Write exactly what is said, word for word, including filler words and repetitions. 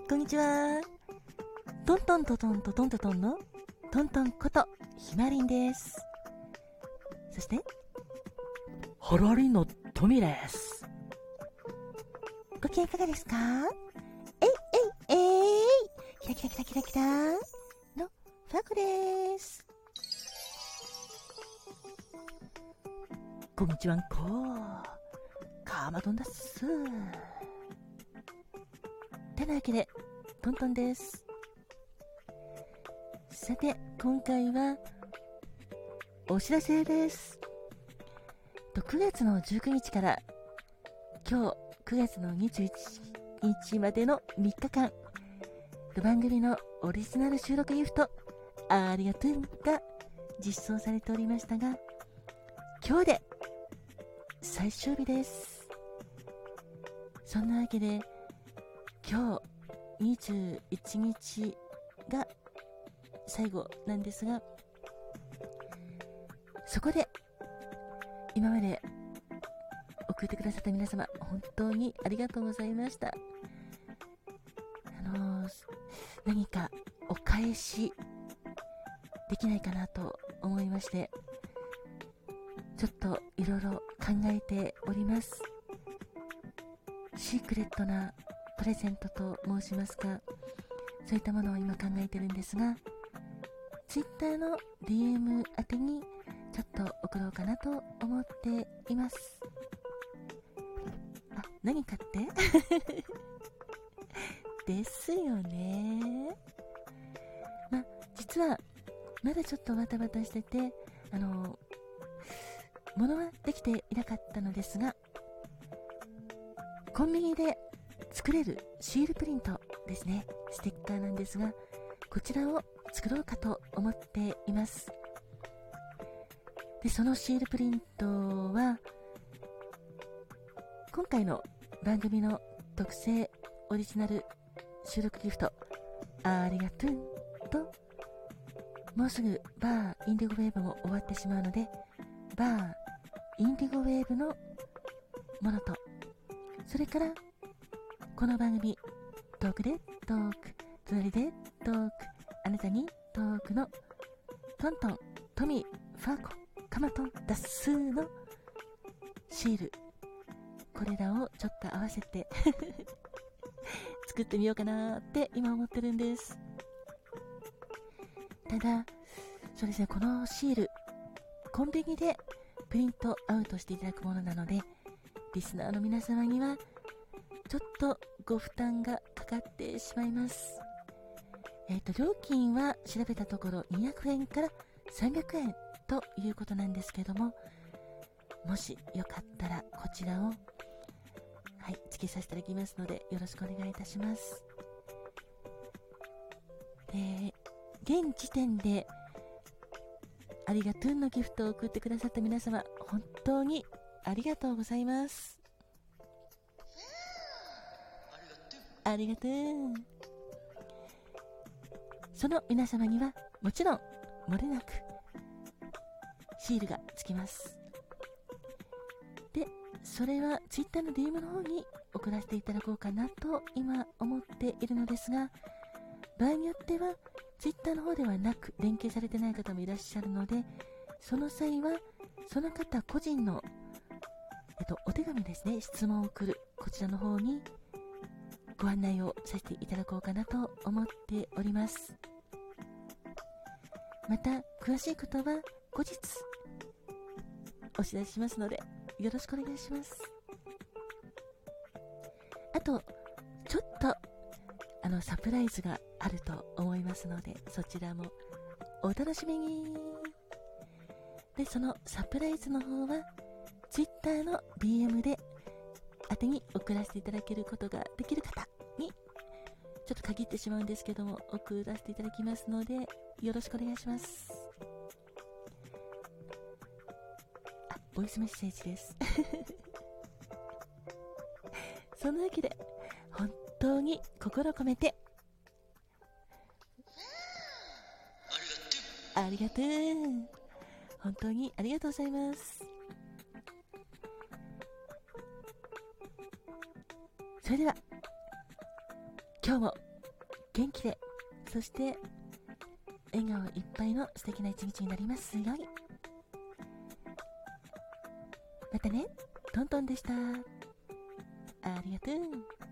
こんにちは。トントントトントトントトンのトントンことひまりんです。そしてハラリンのトミです。ご機嫌いかがですか？えいえいえいキラキラキラキラキラのファクです。こんにちはんこカマトンだっす。てなわけでトントンです。さて今回はお知らせです。くがつのじゅうくにちから今日くがつのにじゅういちにちまでのみっかかん、番組のオリジナル収録ギフトありがとうが実装されておりましたが、今日で最終日です。そんなわけで今日にじゅういちにちが最後なんですが、そこで今まで送ってくださった皆様本当にありがとうございました。あのー、何かお返しできないかなと思いまして、ちょっといろいろ考えております。シークレットなプレゼントと申しますか、そういったものを今考えてるんですが、ツイッターの ディーエム 宛てにちょっと送ろうかなと思っています。あ、何かってですよね。まあ実はまだちょっとバタバタしてて、あの物はできていなかったのですが、コンビニで作れるシールプリントですね、ステッカーなんですが、こちらを作ろうかと思っています。でそのシールプリントは今回の番組の特製オリジナル収録ギフトありがとうと、もうすぐバーインディゴウェーブも終わってしまうので、バーインディゴウェーブのものと、それからこの番組トークでトーク、隣でトーク、あなたにトークのトントン、トミー、ファーコ、カマトン、ダッスーのシール、これらをちょっと合わせて作ってみようかなって今思ってるんです。ただそうですね、このシールコンビニでプリントアウトしていただくものなので、リスナーの皆様にはちょっとご負担がかかってしまいます。えーと料金は調べたところにひゃくえんからさんびゃくえんということなんですけども、もしよかったらこちらをはい付けさせていただきますのでよろしくお願いいたします。で現時点でありがとうのギフトを送ってくださった皆様本当にありがとうございます。ありがとう。その皆様にはもちろん漏れなくシールがつきます。でそれはツイッターの ディーエム の方に送らせていただこうかなと今思っているのですが、場合によってはツイッターの方ではなく連携されてない方もいらっしゃるので、その際はその方個人の、えっと、お手紙ですね、質問を送るこちらの方にご案内をさせていただこうかなと思っております。また詳しいことは後日お知らせしますのでよろしくお願いします。あとちょっとあのサプライズがあると思いますので、そちらもお楽しみに。でそのサプライズの方は Twitter の ディーエム で宛てに送らせていただけることができる方にちょっと限ってしまうんですけども送らせていただきますのでよろしくお願いします。あ、ボイスメッセージですそんなわけで本当に心込めてありがとう、本当にありがとうございます。それでは今日も元気で、そして笑顔いっぱいの素敵な一日になりますように。またね、トントンでした。ありがとう。